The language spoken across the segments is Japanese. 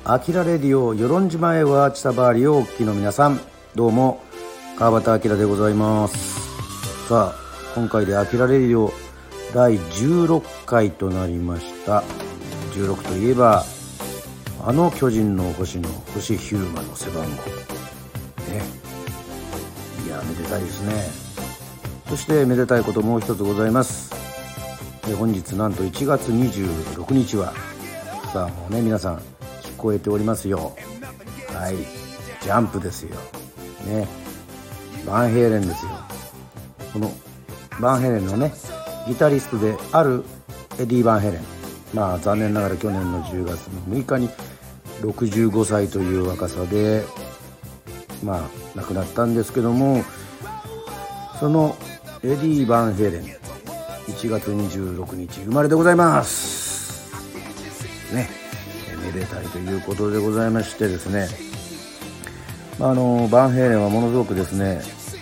アキラレディオ与論島へは千葉りをお聞きの皆さん、どうも川端明でございます。さあ、今回でアキラレディオ第16回となりました。16といえばあの巨人の星の星ヒューマンの背番号ね。いや、めでたいですね。そしてめでたいこともう一つございます。本日なんと1月26日はさあもうね、皆さん聞こえておりますよ。はい、ジャンプですよね。バンヘイレンですよ。このバンヘイレンのね、ギタリストであるエディ・バンヘイレン、残念ながら去年の10月の6日に65歳という若さで亡くなったんですけども、そのエディ・バンヘイレン1月26日生まれでございますね。めでたいということでございましてですね、バンヘイレンはものすごくですね、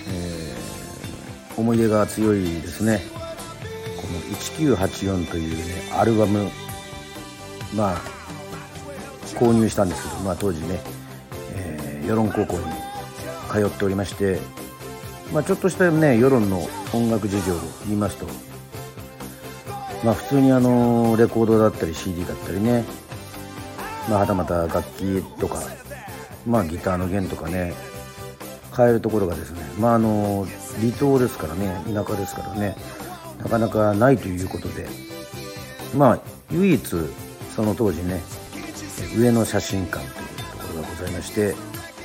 思い出が強いですね。この1984というねアルバム購入したんですけど、当時ね、与論高校に通っておりまして、ちょっとしたね与論の音楽事情を言いますと、普通にレコードだったり CD だったりね、はたまた楽器とかギターの弦とかね買えるところがですね、離島ですからね、田舎ですからね、なかなかないということで、唯一その当時ね上野写真館というところがございまして、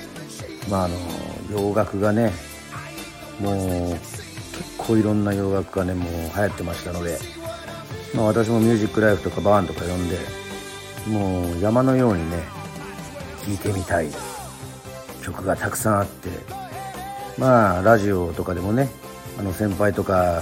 洋楽がねもう結構いろんな洋楽がねもう流行ってましたので、私もミュージックライフとかバーンとか呼んでもう山のようにね聴いてみたい曲がたくさんあって、ラジオとかでもね先輩とかが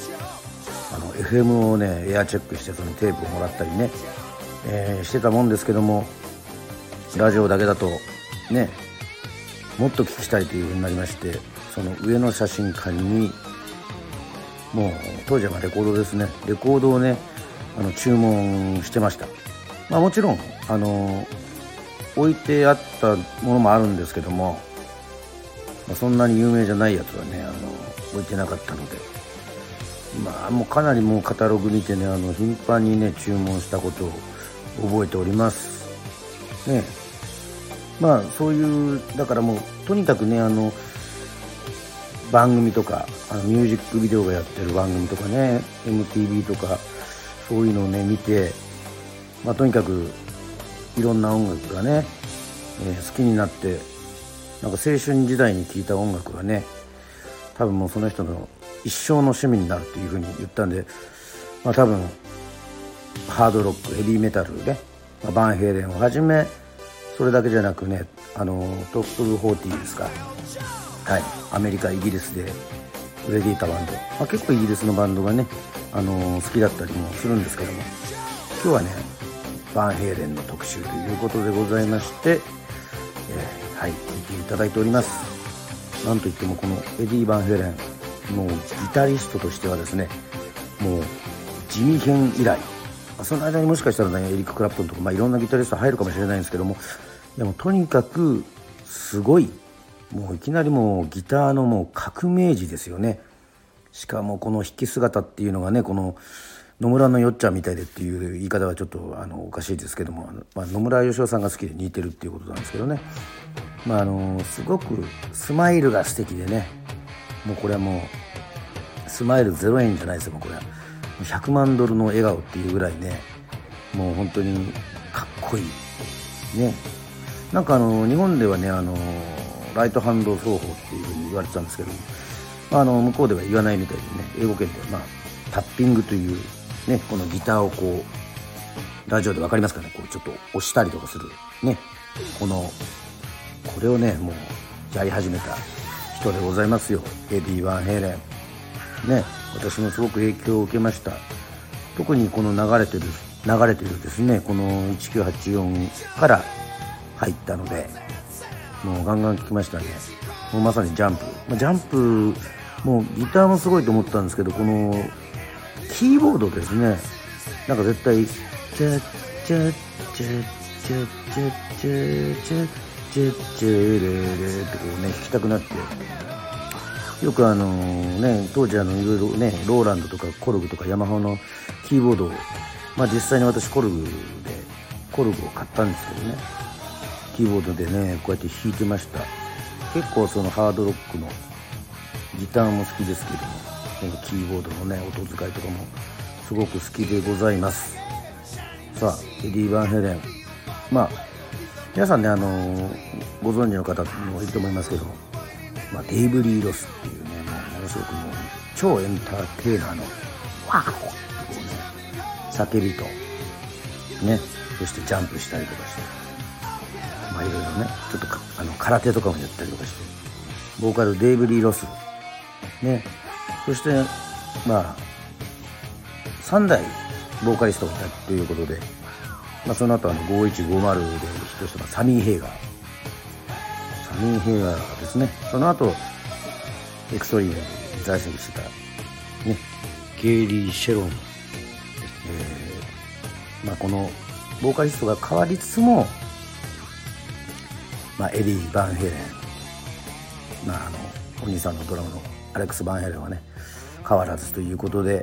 FM をねエアチェックしてそのテープをもらったりね、してたもんですけども、ラジオだけだとねもっと聴きたいという風になりまして、その上野写真館にもう当時はレコードですね、レコードをね注文してました。もちろん置いてあったものもあるんですけども、そんなに有名じゃないやつはね置いてなかったので、もうかなりもうカタログ見てね頻繁にね注文したことを覚えておりますね。そういうだからもうとにかくね番組とかミュージックビデオがやってる番組とかね MTV とかそういうのをね見て、とにかくいろんな音楽がね、好きになって、青春時代に聴いた音楽がね多分もうその人の一生の趣味になるっていう風に言ったんで、多分ハードロックヘビーメタルで、バンヘイレンをはじめそれだけじゃなくねトップ40ですか、はい、アメリカイギリスで売れていたバンド、結構イギリスのバンドがね好きだったりもするんですけども、今日はねバンヘイレンの特集ということでございまして、はい、聞いていただいております。なんといってもこのエディ・バンヘイレンのギタリストとしてはですね、もうジミヘン以来、その間にもしかしたらねエリック・クラプトンとか、いろんなギタリスト入るかもしれないんですけども、でもとにかくすごい、もういきなりもうギターのもう革命児ですよね。しかもこの弾き姿っていうのがね、この野村のよっちゃんみたいでっていう言い方はちょっとおかしいですけども、野村義雄さんが好きで似てるっていうことなんですけどね、すごくスマイルが素敵でね、もうこれはもうスマイル0円じゃないですよ。もうこれは100万ドルの笑顔っていうぐらいね、もう本当にかっこいいね。日本ではねライトハンド奏法っていうふうに言われてたんですけども、向こうでは言わないみたいでね、英語圏でタッピングというね、このギターをこうラジオで分かりますかね、こうちょっと押したりとかするね、これをねもうやり始めた人でございますよ、エディ・バンヘイレンね。私もすごく影響を受けました。特にこの流れてるですね、この1984から入ったのでもうガンガン聴きましたね。もうまさにジャンプ、もうギターもすごいと思ったんですけど、このキーボードですね、絶対チャッチャッチャッチェチェチェチェチェチェレレってこうね弾きたくなって、よく当時いろいろねローランドとかコルグとかヤマハのキーボードを、実際に私コルグを買ったんですけどね、キーボードでねこうやって弾いてました。結構そのハードロックのギターも好きですけども、このキーボードのね音使いとかもすごく好きでございます。さあエディ・バンヘレン、皆さんねご存知の方もいると思いますけど、デイブ・リー・ロスっていうねものすごくもう超エンターテイナーのワーってこうね叫びとね、そしてジャンプしたりとかして、いろいろねちょっと空手とかもやったりとかして、ボーカルデイブ・リー・ロスね、そして3代ボーカリストがいたということで、その後5150でヒットしたサミー・ヘイガーですね。その後エクストリームに在籍してたねゲイリー・シェロン、このボーカリストが変わりつつも、エディ・バンヘレン、お兄さんのドラムのアレックス・バンヘレンはね変わらずということで、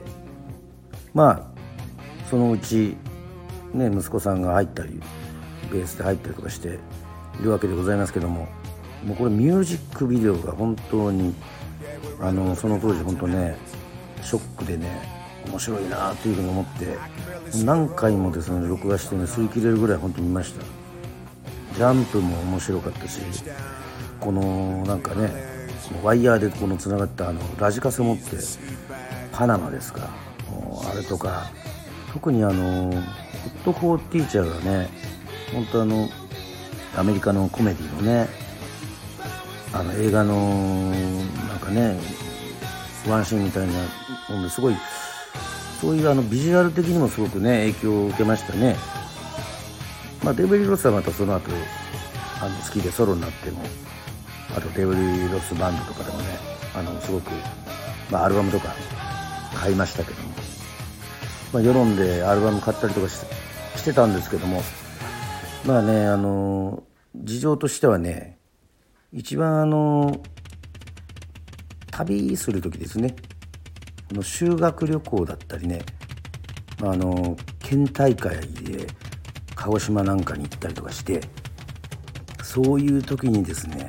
そのうちね息子さんが入ったりベースで入ったりとかしているわけでございますけども、もうこれミュージックビデオが本当にその当時本当ねショックでね面白いなというふうに思って、何回もですね録画してね吸い切れるぐらい本当に見ました。ジャンプも面白かったし、このワイヤーでこのつながったラジカセ持ってパナマですか、あれとか、特にホット・フォー・ティーチャーがね本当アメリカのコメディのね映画のワンシーンみたいなものですごい、そういうビジュアル的にもすごくね影響を受けましたね。デイブリー・ロスはまたその後好きでソロになっても、あとデイブリー・ロスバンドとかでもねすごく、アルバムとか買いましたけども、世論でアルバム買ったりとかしてたんですけども、事情としてはね一番旅する時ですね、修学旅行だったりね、県大会で鹿児島なんかに行ったりとかして、そういう時にですね、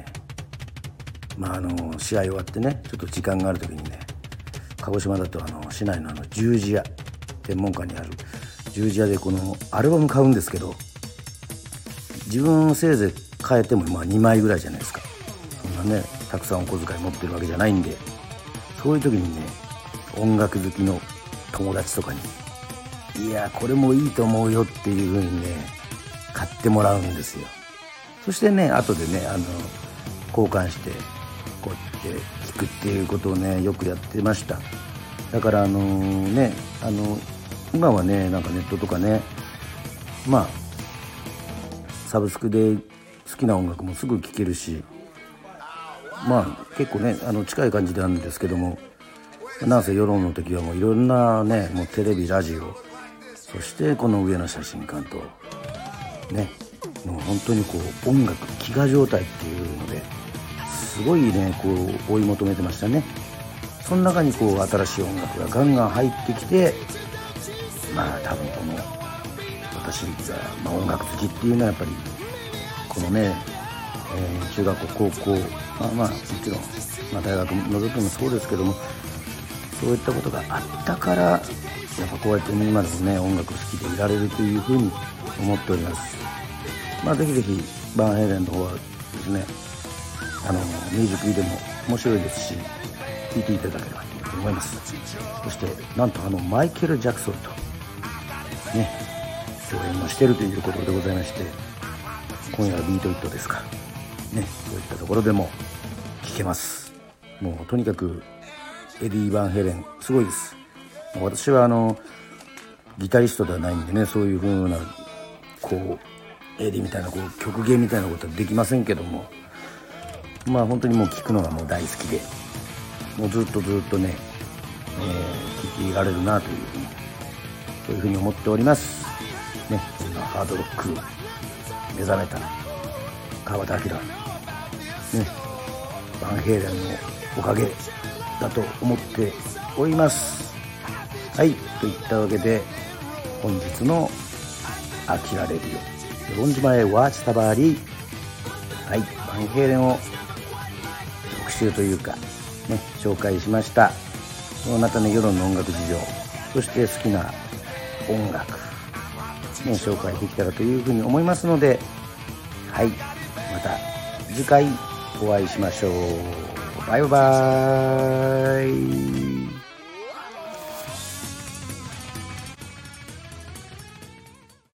試合終わってねちょっと時間がある時にね、鹿児島だと市内の十字屋、天文館にある十字屋でこのアルバム買うんですけど、自分せいぜい買えても2枚ぐらいじゃないですか。そんなねたくさんお小遣い持ってるわけじゃないんで、そういう時にね音楽好きの友達とかにいやこれもいいと思うよっていう風にね買ってもらうんですよ。そしてね後でね交換してこうやって聞くっていうことをねよくやってました。だから今はねネットとかねサブスクで好きな音楽もすぐ聴けるし、結構ね近い感じなんですけども、なんせ世論の時はもういろんなねもうテレビラジオ、そしてこの上の写真館とねもう本当にこう音楽飢餓状態っていうのですごいねこう追い求めてましたね。その中にこう新しい音楽がガンガン入ってきて、多分この私が、音楽好きっていうのはやっぱりこのね、中学校高校もちろん、大学の時もそうですけども、そういったことがあったからやっぱこうやって今でもね音楽好きでいられるというふうに思っております。ぜひぜひバンヘイレンの方はですねミュージックビデオも面白いですし聴いていただければと思います。そしてなんとマイケル・ジャクソンとね共演もしているということでございまして、今夜はビートイットですかね、そういったところでも聴けます。もうとにかくエディ・バンヘイレンすごいです。私はギタリストではないんでね、そういう風なこうエディみたいなこう曲芸みたいなことはできませんけども、本当にもう聴くのがもう大好きで、もうずっとね、聴いていられるなというふうにそういうふうに思っておりますね。ハードロック目覚めた川端明、ね、バンヘイレンのおかげだと思っております。はい、といったわけで本日のアキラレディオ4時前ワーチタバーリー、はい、バンヘイレンを特集というかね紹介しました。またね世論の音楽事情、そして好きな音楽ね紹介できたらというふうに思いますので、はい、また次回お会いしましょう。バイバーイ。